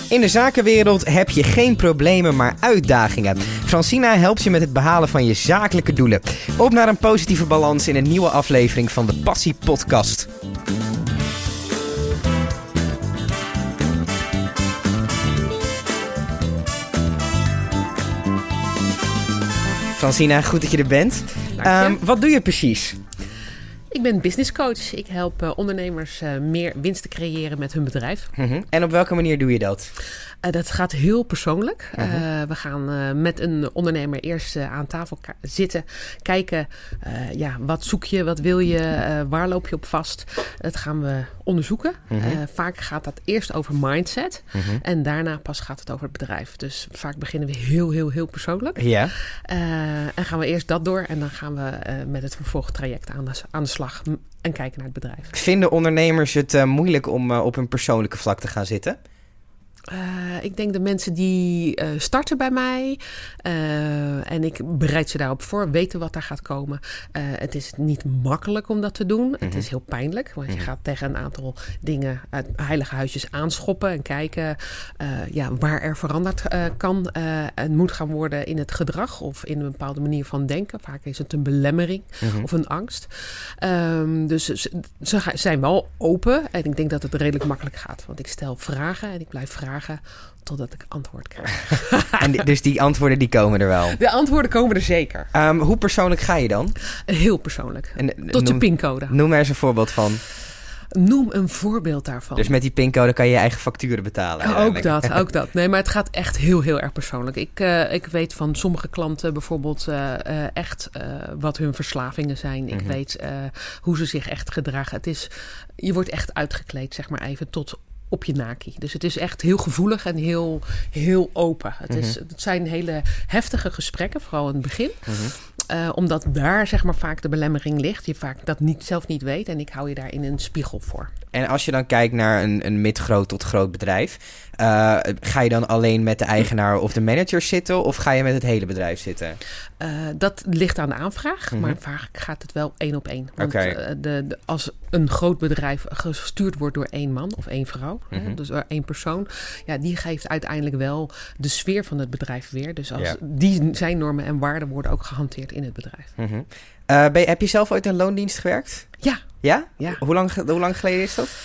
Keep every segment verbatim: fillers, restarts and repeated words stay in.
In de zakenwereld heb je geen problemen, maar uitdagingen. Francina helpt je met het behalen van je zakelijke doelen. Op naar een positieve balans in een nieuwe aflevering van de Passie Podcast. Francina, goed dat je er bent. Um, wat doe je precies? Ik ben business coach. Ik help uh, ondernemers uh, meer winst te creëren met hun bedrijf. Mm-hmm. En op welke manier doe je dat? Uh, dat gaat heel persoonlijk. Mm-hmm. Uh, we gaan uh, met een ondernemer eerst uh, aan tafel ka- zitten. Kijken, uh, ja, wat zoek je, wat wil je, uh, waar loop je op vast? Dat gaan we onderzoeken. Mm-hmm. Uh, vaak gaat dat eerst over mindset. Mm-hmm. En daarna pas gaat het over het bedrijf. Dus vaak beginnen we heel, heel, heel persoonlijk. Ja. Uh, en gaan we eerst dat door. En dan gaan we uh, met het vervolgtraject aan de, aan de slag. En kijken naar het bedrijf. Vinden ondernemers het uh, moeilijk om uh, op een persoonlijke vlak te gaan zitten? Uh, ik denk de mensen die uh, starten bij mij uh, en ik bereid ze daarop voor, weten wat daar gaat komen. Uh, het is niet makkelijk om dat te doen. Mm-hmm. Het is heel pijnlijk, want mm-hmm. je gaat tegen een aantal dingen uit heilige huisjes aanschoppen en kijken uh, ja, waar er veranderd uh, kan uh, en moet gaan worden in het gedrag of in een bepaalde manier van denken. Vaak is het een belemmering mm-hmm. of een angst. Um, dus ze, ze zijn wel open en ik denk dat het redelijk makkelijk gaat, want ik stel vragen en ik blijf vragen totdat ik antwoord krijg. En die, dus die antwoorden die komen er wel? De antwoorden komen er zeker. Um, hoe persoonlijk ga je dan? Heel persoonlijk. En, Tot noem, de pincode. Noem er eens een voorbeeld van. Noem een voorbeeld daarvan. Dus met die pincode kan je je eigen facturen betalen? Oh, ook dat, ook dat. Nee, maar het gaat echt heel, heel erg persoonlijk. Ik, uh, ik weet van sommige klanten bijvoorbeeld uh, uh, echt uh, wat hun verslavingen zijn. Mm-hmm. Ik weet uh, hoe ze zich echt gedragen. Het is, je wordt echt uitgekleed, zeg maar even, tot op je naki. Dus het is echt heel gevoelig en heel, heel open. Het, is, mm-hmm. het zijn hele heftige gesprekken, vooral in het begin. Mm-hmm. Uh, omdat daar zeg maar vaak de belemmering ligt. Je vaak dat niet, zelf niet weet. En ik hou je daar in een spiegel voor. En als je dan kijkt naar een, een midgroot tot groot bedrijf, Uh, ga je dan alleen met de eigenaar of de manager zitten of ga je met het hele bedrijf zitten? Uh, dat ligt aan de aanvraag, mm-hmm. maar vaak gaat het wel één op één. Want okay. uh, de, de, als een groot bedrijf gestuurd wordt door één man of één vrouw, mm-hmm. hè, dus door één persoon, ja, die geeft uiteindelijk wel de sfeer van het bedrijf weer. Dus als ja. die zijn normen en waarden worden ook gehanteerd in het bedrijf. Mm-hmm. Uh, ben je, heb je zelf ooit in loondienst gewerkt? Ja. Ja? Ja. Hoe lang, hoe lang geleden is dat?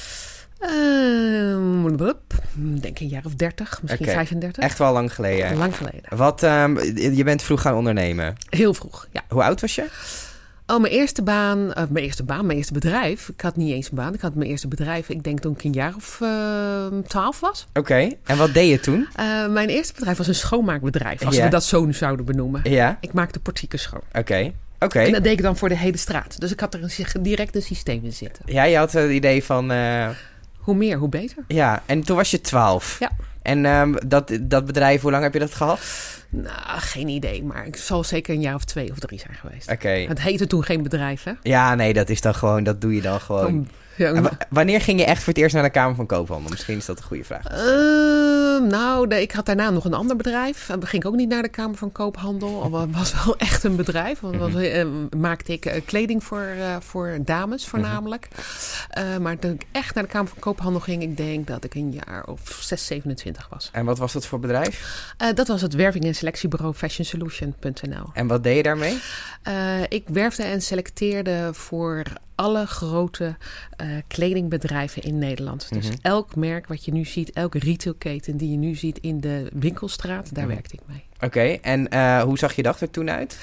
Uh, denk een jaar of dertig, misschien okay. vijfendertig. Echt wel lang geleden. Lang geleden. Wat, um, je bent vroeg gaan ondernemen. Heel vroeg, ja. Hoe oud was je? Oh, mijn eerste baan, uh, mijn eerste baan, mijn eerste bedrijf. Ik had niet eens een baan, ik had mijn eerste bedrijf. Ik denk toen ik een jaar of twaalf uh, was. Oké, okay. En wat deed je toen? Uh, mijn eerste bedrijf was een schoonmaakbedrijf, als ja. we dat zo zouden benoemen. Ja. Ik maakte portieken schoon. Oké. Okay. Okay. En dat deed ik dan voor de hele straat. Dus ik had er een, direct een systeem in zitten. Ja, je had het idee van Uh... Hoe meer, hoe beter. Ja, en toen was je twaalf. Ja. En um, dat, dat bedrijf, hoe lang heb je dat gehad? Nou, geen idee, maar ik zal zeker een jaar of twee of drie zijn geweest. Oké. Okay. Het heette toen geen bedrijf, hè? Ja, nee, dat is dan gewoon, dat doe je dan gewoon. Om, ja, w- wanneer ging je echt voor het eerst naar de Kamer van Koophandel? Misschien is dat een goede vraag. Uh, nou, de, ik had daarna nog een ander bedrijf. Dan ging ik ook niet naar de Kamer van Koophandel. Het was wel echt een bedrijf. Want mm-hmm. was, uh, maakte ik uh, kleding voor, uh, voor dames voornamelijk. Mm-hmm. Uh, maar toen ik echt naar de Kamer van Koophandel ging, ik denk dat ik een jaar of zes, zevenentwintig was. En wat was dat voor bedrijf? Uh, dat was het werving- en selectiebureau fashion solution punt n l. En wat deed je daarmee? Uh, ik werfde en selecteerde voor alle grote uh, kledingbedrijven in Nederland. Dus mm-hmm. elk merk wat je nu ziet, elke retailketen die je nu ziet in de winkelstraat, daar mm-hmm. werkte ik mee. Oké, okay. En uh, hoe zag je dag er toen uit?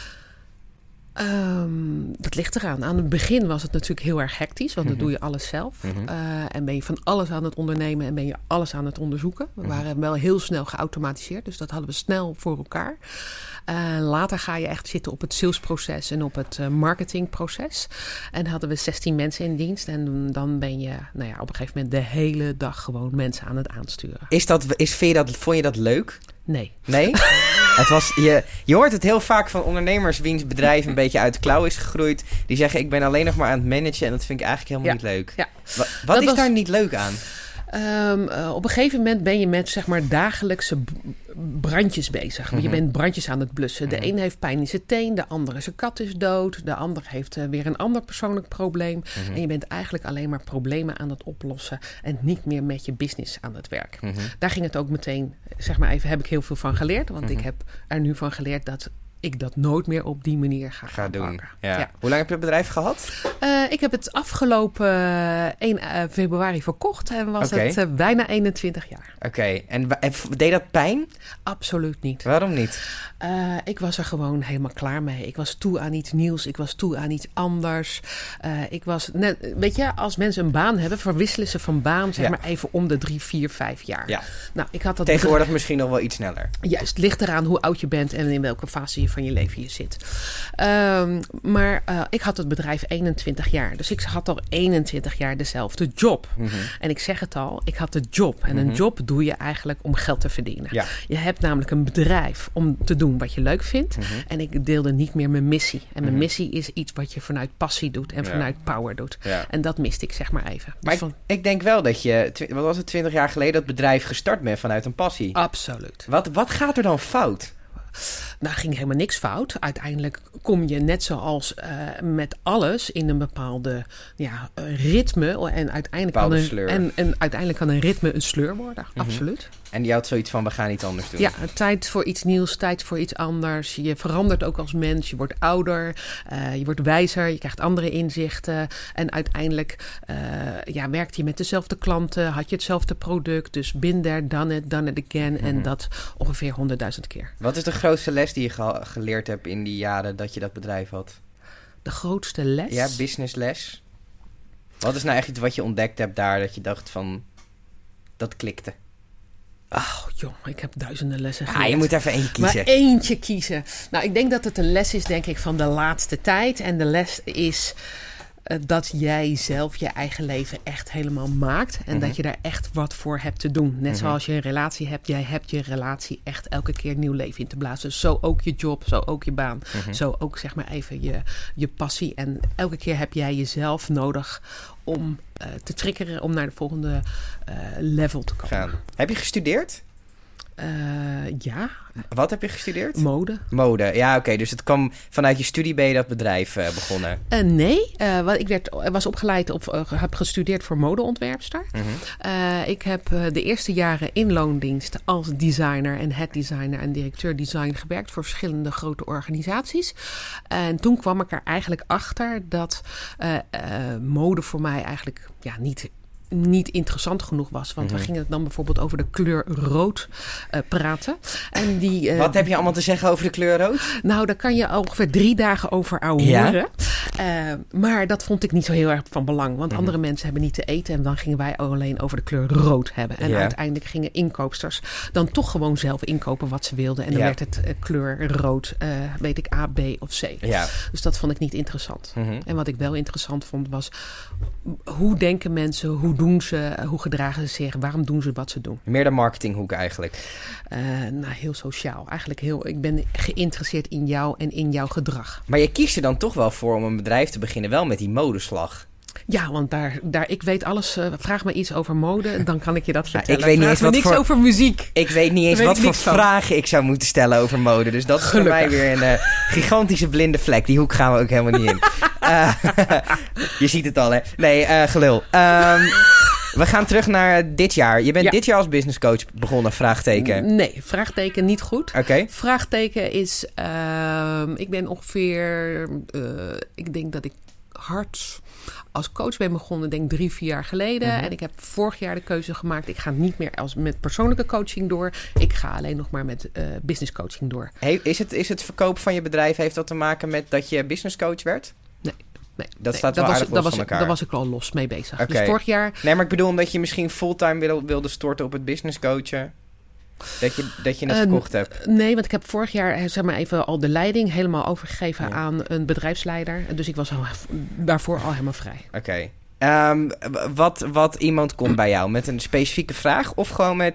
Um, dat ligt eraan. Aan het begin was het natuurlijk heel erg hectisch, want mm-hmm. dan doe je alles zelf. Mm-hmm. Uh, en ben je van alles aan het ondernemen en ben je alles aan het onderzoeken. We mm-hmm. waren wel heel snel geautomatiseerd, dus dat hadden we snel voor elkaar. Uh, later ga je echt zitten op het salesproces en op het uh, marketingproces. En hadden we zestien mensen in dienst. En dan ben je nou ja, op een gegeven moment de hele dag gewoon mensen aan het aansturen. Is dat, is, vind je dat, vond je dat leuk? Nee. Nee? Het was, je, je hoort het heel vaak van ondernemers wiens bedrijf een beetje uit de klauw is gegroeid. Die zeggen, ik ben alleen nog maar aan het managen en dat vind ik eigenlijk helemaal ja. niet leuk. Ja. Wat, wat is was... daar niet leuk aan? Um, uh, op een gegeven moment ben je met zeg maar dagelijkse b- brandjes bezig. Mm-hmm. Je bent brandjes aan het blussen. De Mm-hmm. een heeft pijn in zijn teen, de andere zijn kat is dood. De ander heeft uh, weer een ander persoonlijk probleem. Mm-hmm. En je bent eigenlijk alleen maar problemen aan het oplossen en niet meer met je business aan het werk. Mm-hmm. Daar ging het ook meteen, zeg maar even, heb ik heel veel van geleerd. Want mm-hmm. ik heb er nu van geleerd dat ik dat nooit meer op die manier ga, ga doen. Ja. Ja. Hoe lang heb je het bedrijf gehad? Uh, ik heb het afgelopen uh, één februari verkocht en was okay. het uh, bijna eenentwintig jaar. Oké, okay. En deed dat pijn? Absoluut niet. Waarom niet? Uh, ik was er gewoon helemaal klaar mee. Ik was toe aan iets nieuws. Ik was toe aan iets anders. Uh, ik was net, weet je, als mensen een baan hebben, verwisselen ze van baan, zeg ja. maar even om de drie, vier, vijf jaar. Ja. Nou, ik had dat tegenwoordig bedrijf... misschien nog wel iets sneller. Juist, het ligt eraan hoe oud je bent en in welke fase je van je leven je zit. Um, maar uh, ik had het bedrijf eenentwintig jaar. Dus ik had al eenentwintig jaar dezelfde job. Mm-hmm. En ik zeg het al, ik had de job. En mm-hmm. een job doe je eigenlijk om geld te verdienen. Ja. Je hebt namelijk een bedrijf om te doen wat je leuk vindt. Mm-hmm. En ik deelde niet meer mijn missie. En mijn mm-hmm. missie is iets wat je vanuit passie doet en ja. vanuit power doet. Ja. En dat miste ik zeg maar even. Maar dus ik, van... ik denk wel dat je, tw- wat was het, twintig jaar geleden dat bedrijf gestart bent vanuit een passie. Absoluut. Wat, wat gaat er dan fout? Nou, ging helemaal niks fout. Uiteindelijk kom je net zoals uh, met alles in een bepaalde ja, ritme. En uiteindelijk, kan een, en, en uiteindelijk kan een ritme een sleur worden. Mm-hmm. Absoluut. En je had zoiets van, we gaan iets anders doen. Ja, tijd voor iets nieuws, tijd voor iets anders. Je verandert ook als mens, je wordt ouder, uh, je wordt wijzer, je krijgt andere inzichten. En uiteindelijk uh, ja, werkte je met dezelfde klanten, had je hetzelfde product. Dus been there, done it, done it again. Mm-hmm. En dat ongeveer honderdduizend keer. Wat is de grootste les die je ge- geleerd hebt in die jaren dat je dat bedrijf had? De grootste les? Ja, businessles. Wat is nou echt iets wat je ontdekt hebt daar, dat je dacht van, dat klikte? Oh, jong, ik heb duizenden lessen geleerd. Ah, je moet even eentje kiezen. Maar eentje kiezen. Nou, ik denk dat het een les is, denk ik, van de laatste tijd. En de les is uh, dat jij zelf je eigen leven echt helemaal maakt. En mm-hmm. dat je daar echt wat voor hebt te doen. Net mm-hmm. zoals je een relatie hebt. Jij hebt je relatie echt elke keer nieuw leven in te blazen. Zo ook je job, zo ook je baan. Mm-hmm. Zo ook, zeg maar even, je, je passie. En elke keer heb jij jezelf nodig om uh, te triggeren, om naar de volgende uh, level te komen. Gaan. Heb je gestudeerd? Uh, ja. Wat heb je gestudeerd? Mode. Mode, ja oké. Okay. Dus het kwam vanuit je studie ben je dat bedrijf uh, begonnen? Uh, nee, uh, ik werd, was opgeleid op, uh, heb gestudeerd voor modeontwerpster. Mm-hmm. Uh, ik heb uh, de eerste jaren in loondienst als designer en head designer en directeur design gewerkt voor verschillende grote organisaties. En toen kwam ik er eigenlijk achter dat uh, uh, mode voor mij eigenlijk ja, niet... niet interessant genoeg was. Want mm-hmm. we gingen het dan bijvoorbeeld over de kleur rood uh, praten. En die, uh, Wat heb je allemaal te zeggen over de kleur rood? Nou, daar kan je ongeveer drie dagen over ouwehoeren. Ja? Uh, maar dat vond ik niet zo heel erg van belang. Want mm-hmm. andere mensen hebben niet te eten. En dan gingen wij alleen over de kleur rood hebben. En ja. uiteindelijk gingen inkoopsters dan toch gewoon zelf inkopen wat ze wilden. En dan ja. werd het uh, kleur rood, uh, weet ik, A, B of C. Ja. Dus dat vond ik niet interessant. Mm-hmm. En wat ik wel interessant vond was, hoe denken mensen, hoe doen ze, hoe gedragen ze zich, waarom doen ze wat ze doen? Meer de marketinghoek eigenlijk. Uh, nou, heel sociaal. Eigenlijk heel, ik ben geïnteresseerd in jou en in jouw gedrag. Maar je kiest er dan toch wel voor om een bedrijf te beginnen, wel met die modeslag. Ja, want daar, daar, ik weet alles. Uh, vraag me iets over mode, dan kan ik je dat vertellen. Ja, ik weet niet vraag eens me wat niks voor, over muziek. Ik weet niet eens weet wat voor vragen van. ik zou moeten stellen over mode. Dus dat is Gelukkig. voor mij weer een uh, gigantische blinde vlek. Die hoek gaan we ook helemaal niet in. Uh, je ziet het al, hè? Nee, uh, gelul. Um, we gaan terug naar dit jaar. Je bent ja. dit jaar als businesscoach begonnen, vraagteken. Nee, vraagteken niet goed. Oké. Okay. Vraagteken is, uh, ik ben ongeveer, uh, ik denk dat ik hard als coach ben begonnen, denk ik drie, vier jaar geleden. Mm-hmm. En ik heb vorig jaar de keuze gemaakt, ik ga niet meer als met persoonlijke coaching door. Ik ga alleen nog maar met uh, business coaching door. Hey, is het, is het verkoop van je bedrijf, heeft dat te maken met dat je business coach werd? Nee. Nee, dat nee, staat wel dat aardig was, los dat van was, elkaar. Daar was ik al los mee bezig. Okay. Dus vorig jaar... Nee, maar ik bedoel omdat je misschien fulltime wilde, wilde storten op het business coachen. Dat je, dat je het uh, verkocht hebt. Nee, want ik heb vorig jaar zeg maar even al de leiding helemaal overgegeven ja. aan een bedrijfsleider. Dus ik was al, daarvoor al helemaal vrij. Oké. Okay. Um, wat, wat iemand komt bij jou met een specifieke vraag of gewoon met...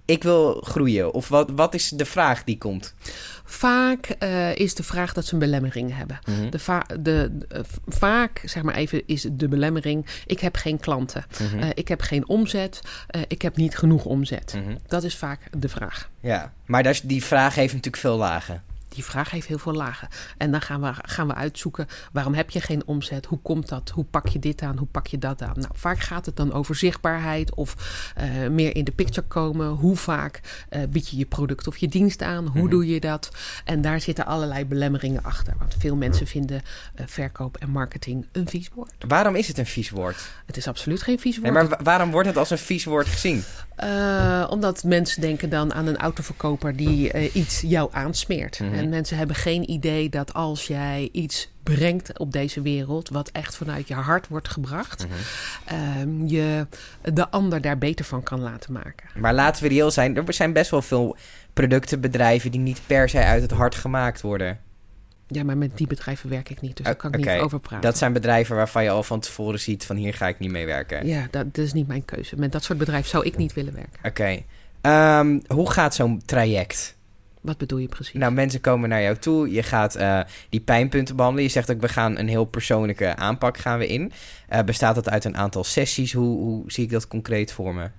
ik wil groeien? Of wat, wat is de vraag die komt? Vaak uh, is de vraag dat ze een belemmering hebben. Mm-hmm. De va- de, de, uh, vaak, zeg maar even, is de belemmering... ik heb geen klanten. Mm-hmm. Uh, ik heb geen omzet. Uh, ik heb niet genoeg omzet. Mm-hmm. Dat is vaak de vraag. Ja, maar dat is, die vraag heeft natuurlijk veel lagen. Die vraag heeft heel veel lagen. En dan gaan we, gaan we uitzoeken, waarom heb je geen omzet? Hoe komt dat? Hoe pak je dit aan? Hoe pak je dat aan? Nou, vaak gaat het dan over zichtbaarheid of uh, meer in de picture komen. Hoe vaak uh, bied je je product of je dienst aan? Hoe mm-hmm. doe je dat? En daar zitten allerlei belemmeringen achter. Want veel mensen vinden uh, verkoop en marketing een vies woord. Waarom is het een vies woord? Het is absoluut geen vies woord. Nee, maar waarom wordt het als een vies woord gezien? Uh, omdat mensen denken dan aan een autoverkoper die uh, iets jou aansmeert. Mm-hmm. En mensen hebben geen idee dat als jij iets brengt op deze wereld, wat echt vanuit je hart wordt gebracht, mm-hmm. uh, je de ander daar beter van kan laten maken. Maar laten we reëel zijn, er zijn best wel veel productenbedrijven die niet per se uit het hart gemaakt worden. Ja, maar met die bedrijven werk ik niet, dus daar kan ik okay. niet over praten. Dat zijn bedrijven waarvan je al van tevoren ziet van hier ga ik niet mee werken. Ja, dat, dat is niet mijn keuze. Met dat soort bedrijven zou ik niet willen werken. Oké. Okay. Um, hoe gaat zo'n traject? Wat bedoel je precies? Nou, mensen komen naar jou toe. Je gaat uh, die pijnpunten behandelen. Je zegt ook, we gaan een heel persoonlijke aanpak gaan we in. Uh, bestaat dat uit een aantal sessies? Hoe, hoe zie ik dat concreet voor me?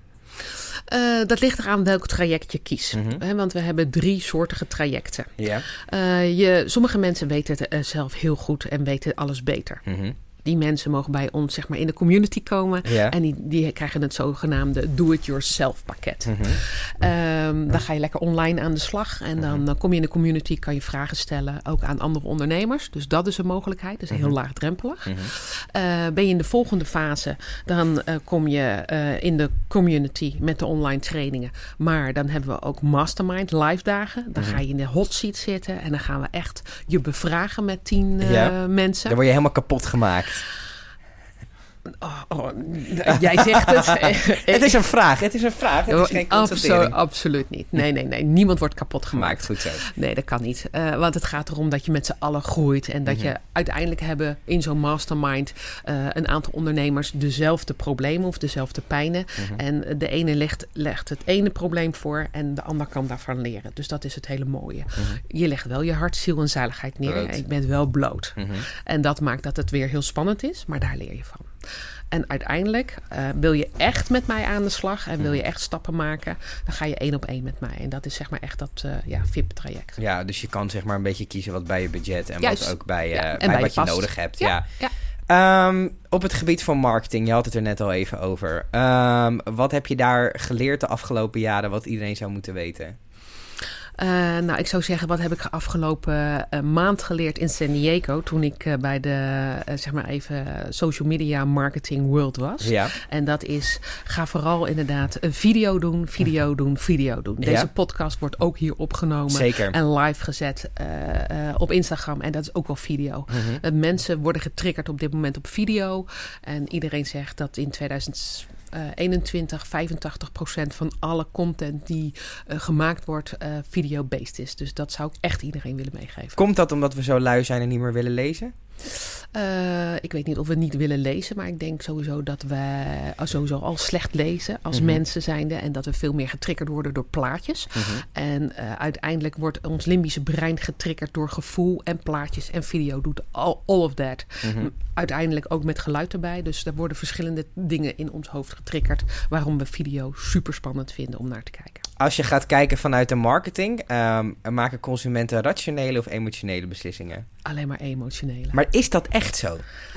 Uh, dat ligt eraan welk traject je kiest. Mm-hmm. He, want we hebben drie soortige trajecten. Yeah. Uh, je, sommige mensen weten het uh, zelf heel goed en weten alles beter. Mm-hmm. Die mensen mogen bij ons zeg maar in de community komen. Ja. En die, die krijgen het zogenaamde do-it-yourself pakket. Mm-hmm. Um, dan ga je lekker online aan de slag. En dan mm-hmm. kom je in de community, kan je vragen stellen. Ook aan andere ondernemers. Dus dat is een mogelijkheid. Dat is mm-hmm. heel laagdrempelig. Mm-hmm. Uh, ben je in de volgende fase, dan uh, kom je uh, in de community met de online trainingen. Maar dan hebben we ook mastermind live dagen. Dan mm-hmm. ga je in de hot seat zitten. En dan gaan we echt je bevragen met tien uh, ja. mensen. Dan word je helemaal kapot gemaakt. Oh, oh, jij zegt het. Het is een vraag. Het is een vraag. Het is geen constatering. Absolu- absoluut niet. Nee, nee, nee. Niemand wordt kapot gemaakt. Goed zo. Nee, dat kan niet. Uh, want het gaat erom dat je met z'n allen groeit. En dat mm-hmm. je uiteindelijk hebben in zo'n mastermind uh, een aantal ondernemers dezelfde problemen of dezelfde pijnen. Mm-hmm. En de ene legt, legt het ene probleem voor en de ander kan daarvan leren. Dus dat is het hele mooie. Mm-hmm. Je legt wel je hart, ziel en zaligheid neer. Bloot. En je bent wel bloot. Mm-hmm. En dat maakt dat het weer heel spannend is, maar daar leer je van. En uiteindelijk uh, wil je echt met mij aan de slag en wil je echt stappen maken, dan ga je één op één met mij. En dat is zeg maar echt dat uh, ja, V I P-traject. Ja, dus je kan zeg maar een beetje kiezen wat bij je budget en Juist. wat ook bij, uh, ja, bij, bij wat je je nodig hebt. Ja. Ja. Ja. Um, op het gebied van marketing, je had het er net al even over. Um, wat heb je daar geleerd de afgelopen jaren wat iedereen zou moeten weten? Uh, nou, ik zou zeggen, wat heb ik afgelopen uh, maand geleerd in San Diego toen ik uh, bij de, uh, zeg maar even, social media marketing world was. Ja. En dat is, ga vooral inderdaad een video doen, video doen, video doen. Deze ja. podcast wordt ook hier opgenomen. Zeker. En live gezet uh, uh, op Instagram. En dat is ook wel video. Mm-hmm. Uh, mensen worden getriggerd op dit moment op video. En iedereen zegt dat in tweeduizend eenentwintig, vijfentachtig procent van alle content die uh, gemaakt wordt uh, video-based is. Dus dat zou ik echt iedereen willen meegeven. Komt dat omdat we zo lui zijn en niet meer willen lezen? Uh, ik weet niet of we niet willen lezen, maar ik denk sowieso dat we sowieso al slecht lezen als mm-hmm. mensen zijnde en dat we veel meer getriggerd worden door plaatjes. Mm-hmm. En uh, uiteindelijk wordt ons limbische brein getriggerd door gevoel en plaatjes en video doet all, all of that. Mm-hmm. Uiteindelijk ook met geluid erbij, dus er worden verschillende dingen in ons hoofd getriggerd waarom we video super spannend vinden om naar te kijken. Als je gaat kijken vanuit de marketing, um, maken consumenten rationele of emotionele beslissingen? Alleen maar emotionele. Maar is dat echt zo?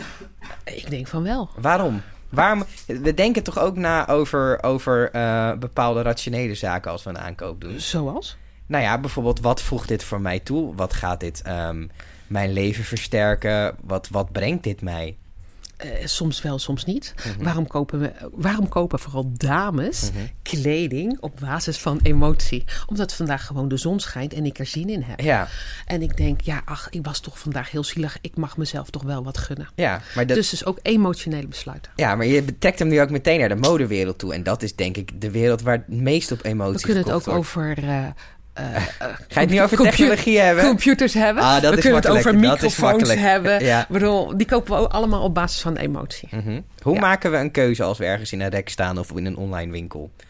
Ik denk van wel. Waarom? Waarom? We denken toch ook na over, over uh, bepaalde rationele zaken als we een aankoop doen. Zoals? Nou ja, bijvoorbeeld wat voegt dit voor mij toe? Wat gaat dit um, mijn leven versterken? Wat, wat brengt dit mij? Uh, soms wel, soms niet. Mm-hmm. Waarom kopen we, waarom kopen vooral dames mm-hmm. kleding op basis van emotie? Omdat vandaag gewoon de zon schijnt en ik er zin in heb. Ja. En ik denk, ja, ach, ik was toch vandaag heel zielig. Ik mag mezelf toch wel wat gunnen. Ja, maar dat... Dus dus ook emotionele besluiten. Ja, maar je betrekt hem nu ook meteen naar de modewereld toe. En dat is denk ik de wereld waar het meest op emotie We kunnen het ook wordt. over... Uh, Uh, uh, Ga je het nu over technologie hebben? Computers hebben. Ah, dat we is kunnen het over microfoons hebben. Ja. Bedoel, die kopen we allemaal op basis van emotie. Mm-hmm. Hoe ja. maken we een keuze als we ergens in een rek staan of in een online winkel?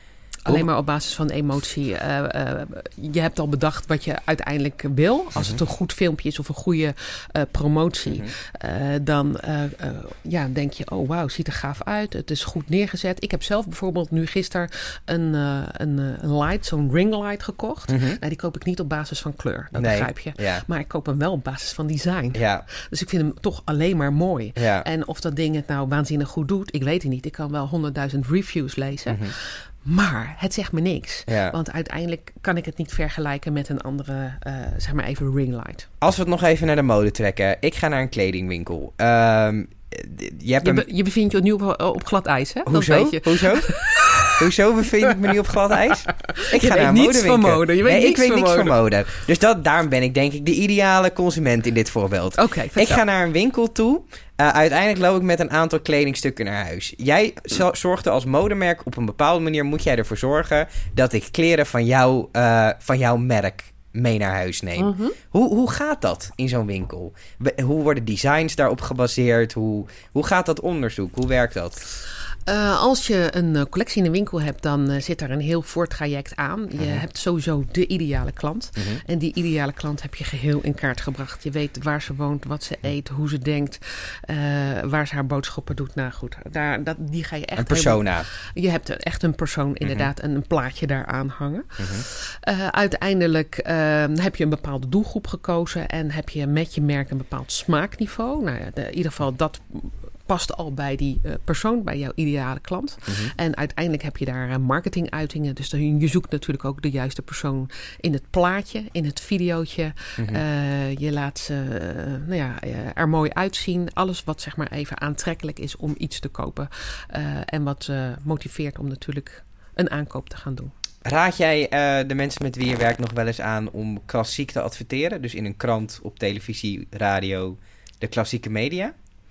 Alleen maar op basis van emotie. Uh, uh, je hebt al bedacht wat je uiteindelijk wil. Als mm-hmm. het een goed filmpje is of een goede uh, promotie. Mm-hmm. Uh, dan uh, uh, ja, denk je, oh wauw, ziet er gaaf uit. Het is goed neergezet. Ik heb zelf bijvoorbeeld nu gisteren een, uh, een, een light, zo'n ring light gekocht. Mm-hmm. Nou, die koop ik niet op basis van kleur. Dat nee. begrijp je. Ja. Maar ik koop hem wel op basis van design. Ja. Dus ik vind hem toch alleen maar mooi. Ja. En of dat ding het nou waanzinnig goed doet, ik weet het niet. Ik kan wel honderdduizend reviews lezen. Mm-hmm. Maar het zegt me niks. Ja. Want uiteindelijk kan ik het niet vergelijken met een andere, uh, zeg maar even ringlight. Als we het nog even naar de mode trekken. Ik ga naar een kledingwinkel. Um, je, hebt je, een... be, je bevindt je nu op, op glad ijs, hè? Hoezo? Dat weet je. Hoezo? Hoezo bevind ik me nu op glad ijs? Ik je ga weet naar een niets van mode. Je weet nee, niks ik weet van niks mode. van mode. Dus dat, daarom ben ik denk ik de ideale consument in dit voorbeeld. Okay, ik ga naar een winkel toe. Uh, uiteindelijk loop ik met een aantal kledingstukken naar huis. Jij zorgt er als modemerk op een bepaalde manier... moet jij ervoor zorgen dat ik kleren van, jou, uh, van jouw merk mee naar huis neem. Mm-hmm. Hoe, hoe gaat dat in zo'n winkel? Hoe worden designs daarop gebaseerd? Hoe, hoe gaat dat onderzoek? Hoe werkt dat? Uh, als je een uh, collectie in de winkel hebt, dan uh, zit er een heel voortraject aan. Je uh-huh. hebt sowieso de ideale klant. Uh-huh. En die ideale klant heb je geheel in kaart gebracht. Je weet waar ze woont, wat ze eet, hoe ze denkt, uh, waar ze haar boodschappen doet. Nou goed, daar, dat, die ga je echt... Een persona. Helemaal, je hebt echt een persoon inderdaad uh-huh. en een plaatje daaraan hangen. Uh-huh. Uh, uiteindelijk uh, heb je een bepaalde doelgroep gekozen en heb je met je merk een bepaald smaakniveau. Nou ja, de, in ieder geval dat... past al bij die uh, persoon, bij jouw ideale klant. Mm-hmm. En uiteindelijk heb je daar uh, marketinguitingen. Dus dan, je zoekt natuurlijk ook de juiste persoon in het plaatje, in het videootje. Mm-hmm. Uh, je laat ze uh, nou ja, uh, er mooi uitzien. Alles wat zeg maar even aantrekkelijk is om iets te kopen. Uh, en wat uh, motiveert om natuurlijk een aankoop te gaan doen. Raad jij uh, de mensen met wie je werkt nog wel eens aan om klassiek te adverteren? Dus in een krant, op televisie, radio, de klassieke media?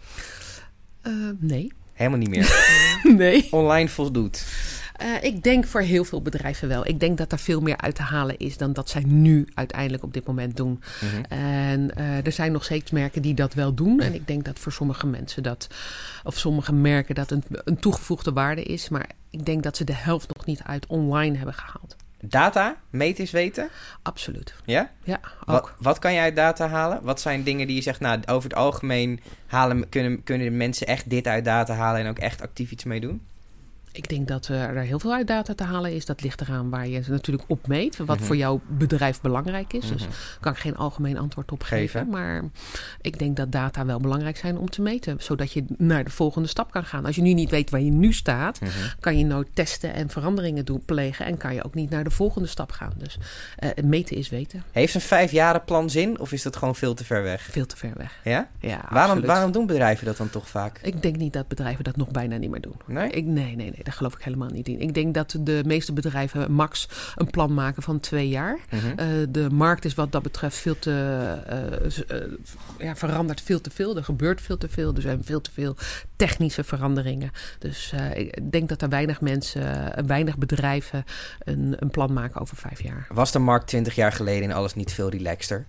Uh, nee. Helemaal niet meer? Nee. Online voldoet? Uh, ik denk voor heel veel bedrijven wel. Ik denk dat er veel meer uit te halen is dan dat zij nu uiteindelijk op dit moment doen. Mm-hmm. En uh, er zijn nog steeds merken die dat wel doen. En ik denk dat voor sommige mensen dat, of sommige merken dat een, een toegevoegde waarde is. Maar ik denk dat ze de helft nog niet uit online hebben gehaald. Data? Meten is weten? Absoluut. Ja? Ja, ook. Wat, wat kan je uit data halen? Wat zijn dingen die je zegt, nou, over het algemeen halen, kunnen, kunnen de mensen echt dit uit data halen en ook echt actief iets mee doen? Ik denk dat uh, er heel veel uit data te halen is. Dat ligt eraan waar je natuurlijk op meet. Wat mm-hmm. voor jouw bedrijf belangrijk is. Mm-hmm. Dus daar kan ik geen algemeen antwoord op geven. geven. Maar ik denk dat data wel belangrijk zijn om te meten. Zodat je naar de volgende stap kan gaan. Als je nu niet weet waar je nu staat, mm-hmm. kan je nooit testen en veranderingen doen, plegen. En kan je ook niet naar de volgende stap gaan. Dus uh, meten is weten. Heeft een vijfjarenplan zin of is dat gewoon veel te ver weg? Veel te ver weg. Ja? Ja, waarom, waarom doen bedrijven dat dan toch vaak? Ik denk niet dat bedrijven dat nog bijna niet meer doen. Nee? Ik, nee, nee, nee. Daar geloof ik helemaal niet in. Ik denk dat de meeste bedrijven max een plan maken van twee jaar. Mm-hmm. Uh, de markt is wat dat betreft veel te uh, uh, ja, verandert veel te veel. Er gebeurt veel te veel. Er zijn veel te veel technische veranderingen. Dus uh, ik denk dat er weinig mensen, uh, weinig bedrijven een, een plan maken over vijf jaar. Was de markt twintig jaar geleden in alles niet veel relaxter?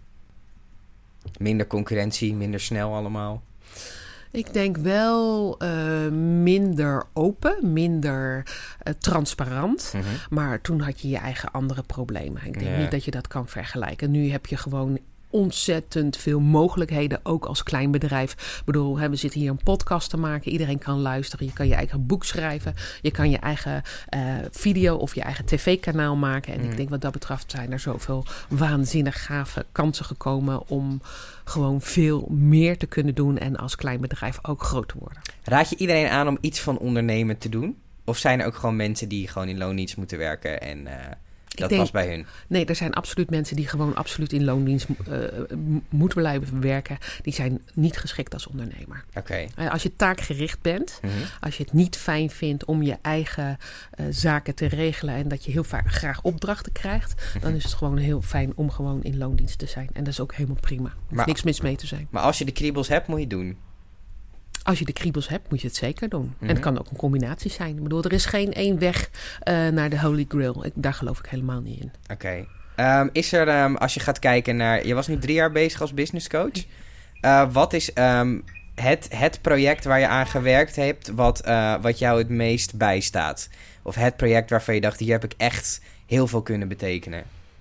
Minder concurrentie, minder snel allemaal? Ik denk wel uh, minder open, minder uh, transparant. Mm-hmm. Maar toen had je je eigen andere problemen. Ik denk yeah. niet dat je dat kan vergelijken. Nu heb je gewoon ontzettend veel mogelijkheden, ook als klein bedrijf. Ik bedoel, hè, we zitten hier een podcast te maken. Iedereen kan luisteren. Je kan je eigen boek schrijven. Je kan je eigen uh, video of je eigen tv-kanaal maken. En mm. ik denk wat dat betreft zijn er zoveel waanzinnig gave kansen gekomen om gewoon veel meer te kunnen doen en als klein bedrijf ook groot te worden. Raad je iedereen aan om iets van ondernemen te doen? Of zijn er ook gewoon mensen die gewoon in loondienst moeten werken en uh, dat denk, was bij hun? Nee, er zijn absoluut mensen die gewoon absoluut in loondienst uh, moeten blijven werken. Die zijn niet geschikt als ondernemer. Okay. Uh, als je taakgericht bent, mm-hmm. als je het niet fijn vindt om je eigen uh, zaken te regelen en dat je heel vaak graag opdrachten krijgt, mm-hmm. dan is het gewoon heel fijn om gewoon in loondienst te zijn. En dat is ook helemaal prima. Er hoeft niks mis mee te zijn. Maar als je de kriebels hebt, moet je het doen. Als je de kriebels hebt, moet je het zeker doen. Mm-hmm. En het kan ook een combinatie zijn. Ik bedoel, er is geen één weg uh, naar de Holy Grail. Ik, daar geloof ik helemaal niet in. Oké. Okay. Um, is er, um, als je gaat kijken naar... Je was nu drie jaar bezig als business coach. Uh, wat is... Um, het, het project waar je aan gewerkt hebt, wat, uh, wat jou het meest bijstaat? Of het project waarvan je dacht, hier heb ik echt heel veel kunnen betekenen?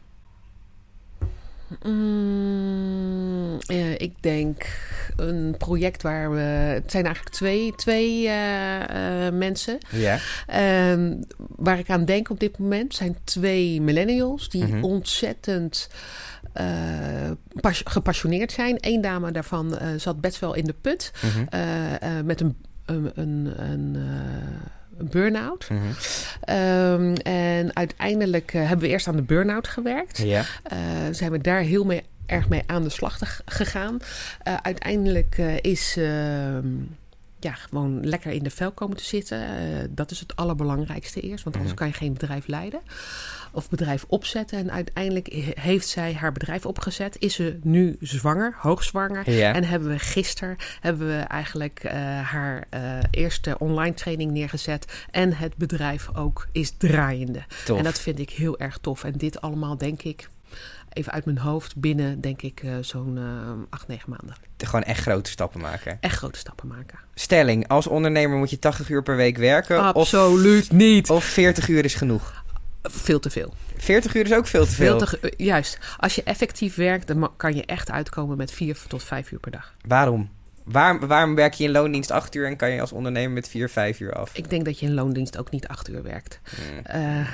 Mm, uh, ik denk een project waar we... Het zijn eigenlijk twee, twee uh, uh, mensen. Ja. Uh, waar ik aan denk op dit moment zijn twee millennials die mm-hmm. ontzettend... Uh, pas, gepassioneerd zijn. Eén dame daarvan uh, zat best wel in de put. Mm-hmm. Uh, uh, met een, een, een, een, uh, een burn-out. Mm-hmm. Um, en uiteindelijk uh, hebben we eerst aan de burn-out gewerkt. Yeah. Uh, zijn we daar heel mee, erg mee aan de slag te, gegaan. Uh, uiteindelijk uh, is... Uh, Ja, gewoon lekker in de vel komen te zitten. Uh, dat is het allerbelangrijkste eerst. Want anders kan je geen bedrijf leiden. Of bedrijf opzetten. En uiteindelijk heeft zij haar bedrijf opgezet. Is ze nu zwanger, hoogzwanger. Ja. En hebben we gisteren hebben we eigenlijk uh, haar uh, eerste online training neergezet. En het bedrijf ook is draaiende. Tof. En dat vind ik heel erg tof. En dit allemaal denk ik... Even uit mijn hoofd, binnen denk ik uh, zo'n uh, acht, negen maanden. Gewoon echt grote stappen maken. Echt grote stappen maken. Stelling, als ondernemer moet je tachtig uur per week werken? Absoluut of, niet. Of veertig uur is genoeg? Veel te veel. veertig uur is ook veel te veel? veel te, uh, juist. Als je effectief werkt, dan kan je echt uitkomen met vier tot vijf uur per dag. Waarom? Waar, waarom werk je in loondienst acht uur en kan je als ondernemer met vier, vijf uur af? Ik denk dat je in loondienst ook niet acht uur werkt. Hmm. Uh,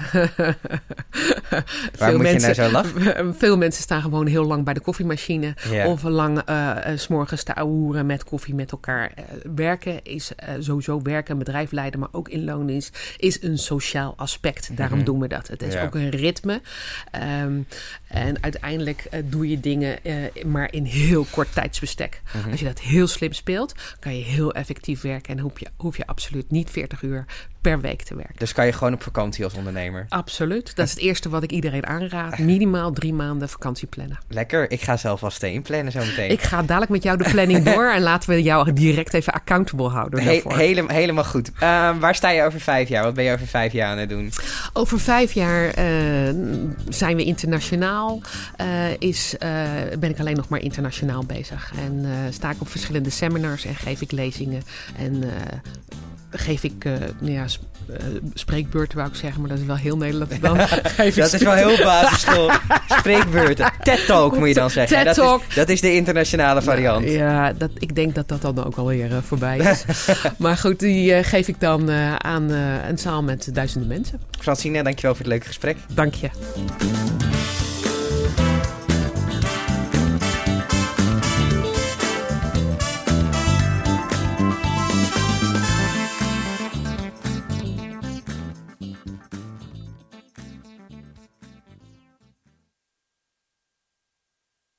Waar moet mensen, je nou zo lachen? Veel mensen staan gewoon heel lang bij de koffiemachine. Yeah. Of lang uh, uh, 's morgens te ouwehoeren met koffie met elkaar. Uh, werken is uh, sowieso werken, een bedrijf leiden, maar ook in loondienst is een sociaal aspect. Daarom mm-hmm. doen we dat. Het is yeah. ook een ritme. Um, en uiteindelijk uh, doe je dingen uh, maar in heel kort tijdsbestek. Mm-hmm. Als je dat heel slim speelt, kan je heel effectief werken en hoef je, hoef je absoluut niet veertig uur per week te werken. Dus kan je gewoon op vakantie als ondernemer? Absoluut. Dat is het eerste wat ik iedereen aanraad. Minimaal drie maanden vakantie plannen. Lekker. Ik ga zelf vast inplannen zo meteen. Ik ga dadelijk met jou de planning door en laten we jou direct even accountable houden. He- hele, helemaal goed. Uh, waar sta je over vijf jaar? Wat ben je over vijf jaar aan het doen? Over vijf jaar uh, zijn we internationaal. Uh, is, uh, ben ik alleen nog maar internationaal bezig. En uh, sta ik op verschillende seminars en geef ik lezingen. En uh, geef ik uh, nou ja, sp- uh, spreekbeurten, wou ik zeggen. Maar dat is wel heel Nederlands dan. Geef dat is wel heel basisschool. Spreekbeurten. TED-talk moet je dan zeggen. TED-talk. Dat is, dat is de internationale variant. Nou, ja, dat, ik denk dat dat dan ook alweer uh, voorbij is. Maar goed, die uh, geef ik dan uh, aan uh, een zaal met duizenden mensen. Francine, dankjewel voor het leuke gesprek. Dank je.